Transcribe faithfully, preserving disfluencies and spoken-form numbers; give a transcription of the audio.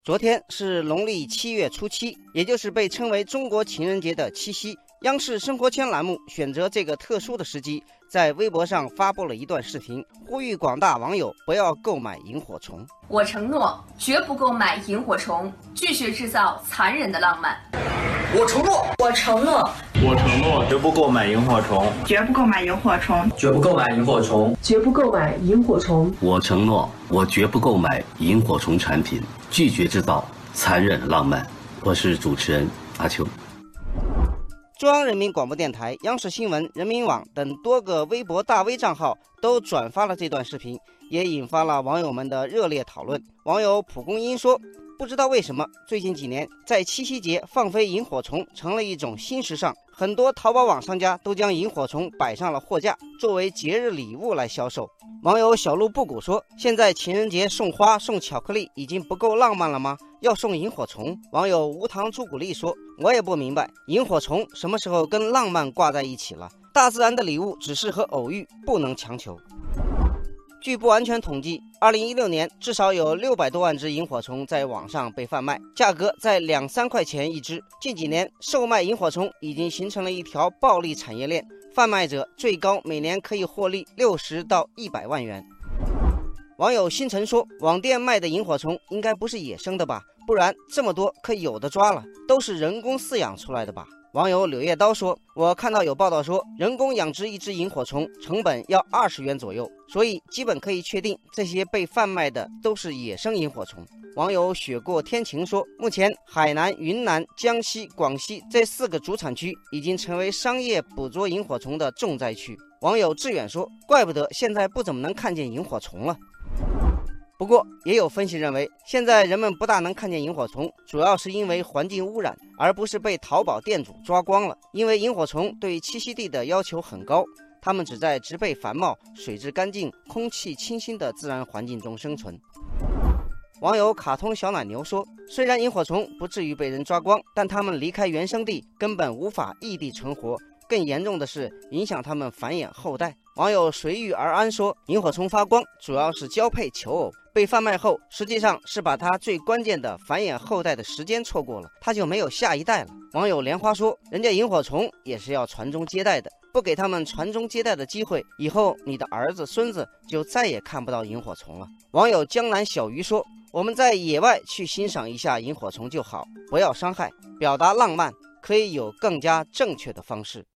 昨天是农历七月初七，也就是被称为中国情人节的七夕。央视生活圈栏目选择这个特殊的时机，在微博上发布了一段视频，呼吁广大网友不要购买萤火虫。 我承诺绝不购买萤火虫，拒绝制造残忍的浪漫。 我承诺， 我承诺， 我承诺绝不购买萤火虫， 绝不购买萤火虫， 绝不购买萤火虫， 绝不购买萤火虫。 我承诺，我绝不购买萤火虫产品，拒绝制造残忍浪漫。我是主持人阿秋。 中央人民广播电台、央视新闻、人民网等多个微博大 V 账号都转发了这段视频，也引发了网友们的热烈讨论。网友蒲公英说，不知道为什么最近几年在七夕节放飞萤火虫成了一种新时尚，很多淘宝网商家都将萤火虫摆上了货架，作为节日礼物来销售。网友小鹿布谷说，现在情人节送花送巧克力已经不够浪漫了吗？要送萤火虫？网友无糖朱古力说，我也不明白萤火虫什么时候跟浪漫挂在一起了，大自然的礼物只适合偶遇，不能强求。据不完全统计，二零一六年至少有六百多万只萤火虫在网上被贩卖，价格在两三块钱一只。近几年，售卖萤火虫已经形成了一条暴利产业链，贩卖者最高每年可以获利六十到一百万元。网友星辰说，网店卖的萤火虫应该不是野生的吧？不然这么多可有的抓了，都是人工饲养出来的吧？网友柳叶刀说，我看到有报道说，人工养殖一只萤火虫成本要二十元左右，所以基本可以确定这些被贩卖的都是野生萤火虫。网友雪过天晴说，目前海南、云南、江西、广西这四个主产区已经成为商业捕捉萤火虫的重灾区。网友志远说，怪不得现在不怎么能看见萤火虫了。不过也有分析认为，现在人们不大能看见萤火虫，主要是因为环境污染，而不是被淘宝店主抓光了。因为萤火虫对栖息地的要求很高，它们只在植被繁茂、水质干净、空气清新的自然环境中生存。网友卡通小奶牛说，虽然萤火虫不至于被人抓光，但它们离开原生地根本无法异地存活，更严重的是影响它们繁衍后代。网友随遇而安说，萤火虫发光主要是交配求偶，被贩卖后实际上是把它最关键的繁衍后代的时间错过了，它就没有下一代了。网友莲花说，人家萤火虫也是要传宗接代的，不给他们传宗接代的机会，以后你的儿子孙子就再也看不到萤火虫了。网友江南小鱼说，我们在野外去欣赏一下萤火虫就好，不要伤害，表达浪漫可以有更加正确的方式。